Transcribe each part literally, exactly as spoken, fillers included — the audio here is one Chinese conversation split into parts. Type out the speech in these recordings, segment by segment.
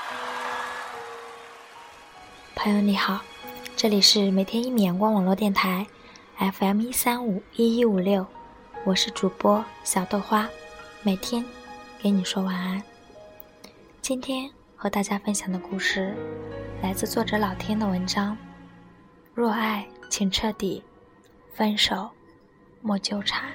朋友你好，这里是每天一米阳光网络电台 F M 一三五一一五六，我是主播小豆花，每天给你说晚安。今天和大家分享的故事来自作者老天的文章，若爱请彻底，分手莫纠缠。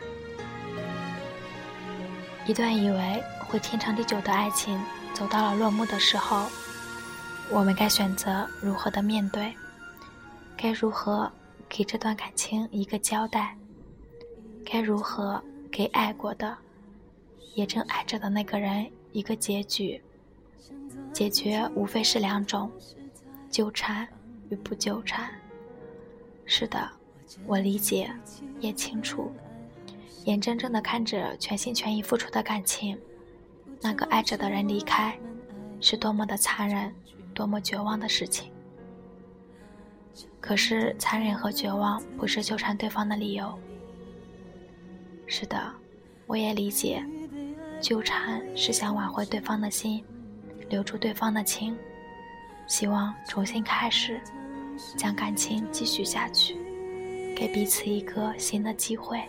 一段以为会天长地久的爱情走到了落幕的时候，我们该选择如何的面对，该如何给这段感情一个交代，该如何给爱过的也正爱着的那个人一个结局。解决无非是两种，纠缠与不纠缠。是的，我理解也清楚，眼睁睁地看着全心全意付出的感情，那个爱着的人离开，是多么的残忍，多么绝望的事情。可是残忍和绝望不是纠缠对方的理由。是的，我也理解，纠缠是想挽回对方的心，留住对方的情，希望重新开始，将感情继续下去，给彼此一个新的机会。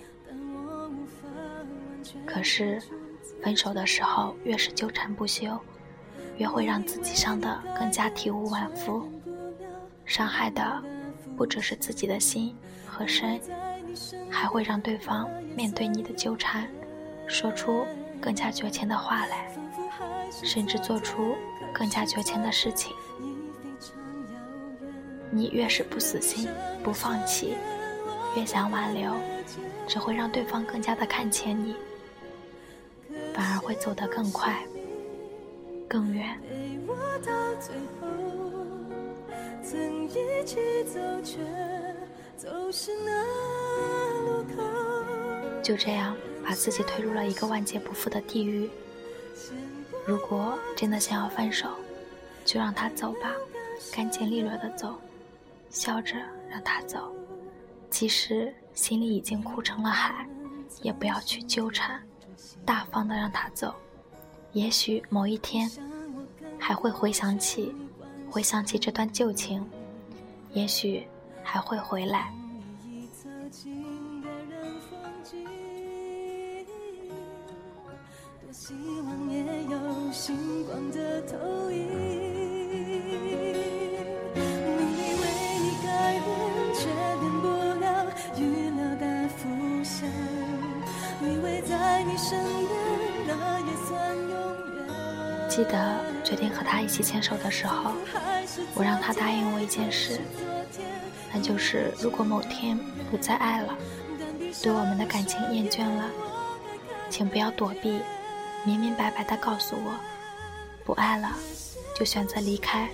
可是分手的时候越是纠缠不休，越会让自己伤得更加体无完肤，伤害的不只是自己的心和身，还会让对方面对你的纠缠说出更加绝情的话来，甚至做出更加绝情的事情。你越是不死心不放弃，越想挽留，只会让对方更加的看浅你，反而会走得更快更远。曾一起走却走失那路口，就这样把自己推入了一个万劫不复的地狱。如果真的想要分手，就让他走吧，干净利落的走，笑着让他走，即使心里已经哭成了海，也不要去纠缠，大方的让他走。也许某一天还会回想起回想起这段旧情，也许还会回来。多希望也有星光的投影，你以为你改变却变不了预料的浮现，以为在你身边那也算永远。记得决定和他一起牵手的时候，我让他答应我一件事，那就是如果某天不再爱了，对我们的感情厌倦了，请不要躲避，明明白白地告诉我，不爱了就选择离开，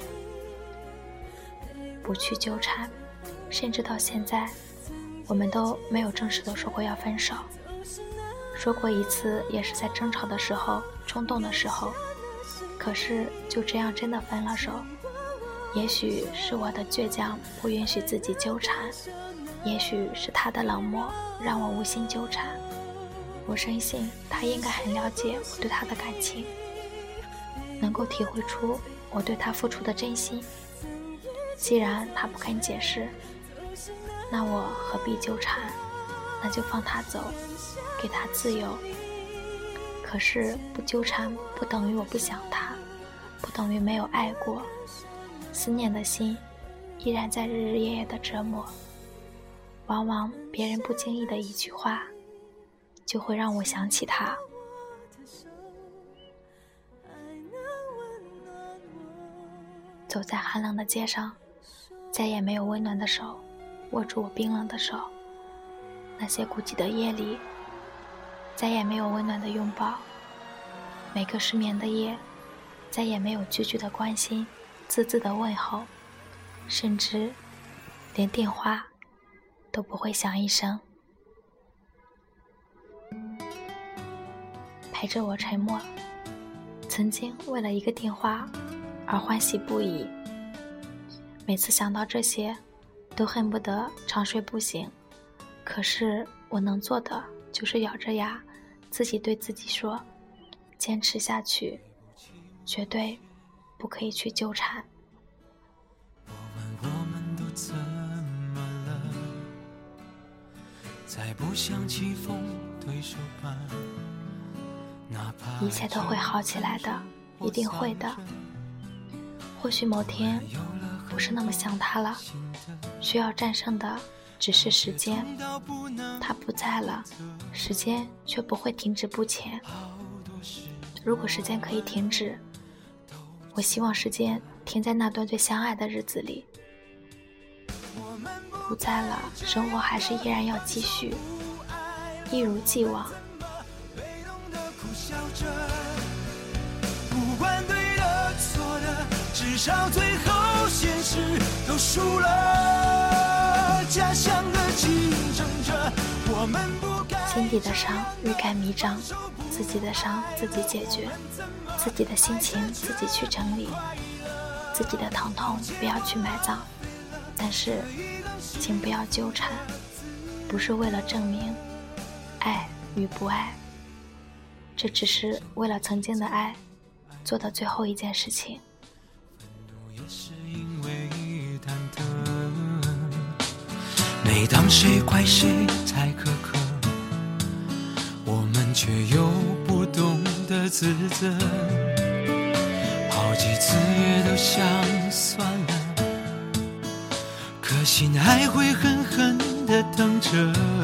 不去纠缠。甚至到现在我们都没有正式的说过要分手，说过一次也是在争吵的时候，冲动的时候。可是就这样真的分了手，也许是我的倔强不允许自己纠缠，也许是他的冷漠让我无心纠缠。我深信他应该很了解我对他的感情，能够体会出我对他付出的真心。既然他不肯解释，那我何必纠缠，那就放他走，给他自由。可是不纠缠不等于我不想他，不等于没有爱过，思念的心依然在日日夜夜的折磨。往往别人不经意的一句话，就会让我想起他。走在寒冷的街上，再也没有温暖的手握住我冰冷的手。那些孤寂的夜里，再也没有温暖的拥抱。每个失眠的夜，再也没有句句的关心，字字的问候，甚至连电话都不会响一声。陪着我沉默，曾经为了一个电话而欢喜不已。每次想到这些，都恨不得长睡不醒。可是我能做的就是咬着牙，自己对自己说，坚持下去，绝对不可以去纠缠。 我问我们都怎么了，再不想棋逢对手般，哪怕一切都会好起来的，一定会的。或许某天不是那么想他了，需要战胜的只是时间，他不在了，时间却不会停止不前。如果时间可以停止，我希望时间停在那段最相爱的日子里。不在了，生活还是依然要继续，一如既往。 不管对的错的，至少最后现实都输了。假想的竞争者，我们不该心底的伤欲盖弥彰，自己的伤自己解决，自己的心情自己去整理，自己的疼痛不要去埋葬。但是请不要纠缠，不是为了证明爱与不爱，这只是为了曾经的爱做的最后一件事情。 也是因为忐忑，每当谁怪谁太苛刻，我们却又不懂得自责，好几次也都想算了，可心还会狠狠地疼着，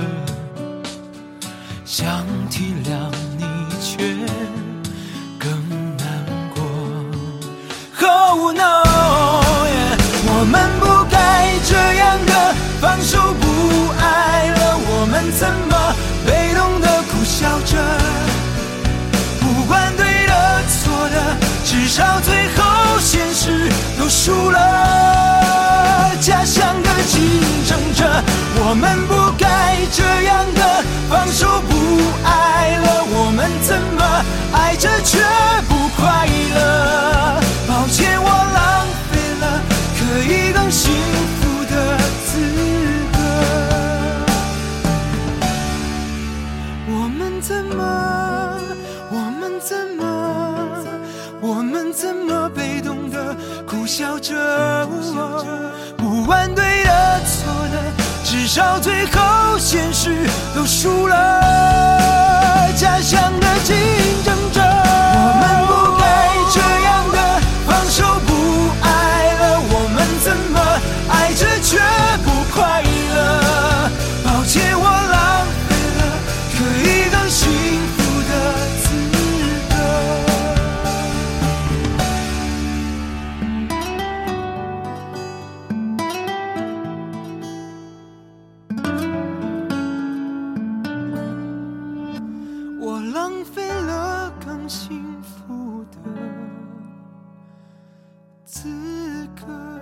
想体谅你却更难过。Oh no， yeah， 我们不该这样的放手不爱了，我们怎么被动的苦笑着？不管对的错的，至少最后现实都输了。假想的竞争者，我们不该这样的放手不爱了，我们怎么爱着却不快乐？抱歉，我浪费了可以更幸福的资格。我们怎么，我们怎么，我们怎么被动的苦笑着？不管对的错的，至少最后现实都输了。假想的竞争者，我们不该这样的放手不爱了，我们怎么爱着却不快乐？抱歉，我浪费了可以更幸福的资格。我浪费了更幸福的资格。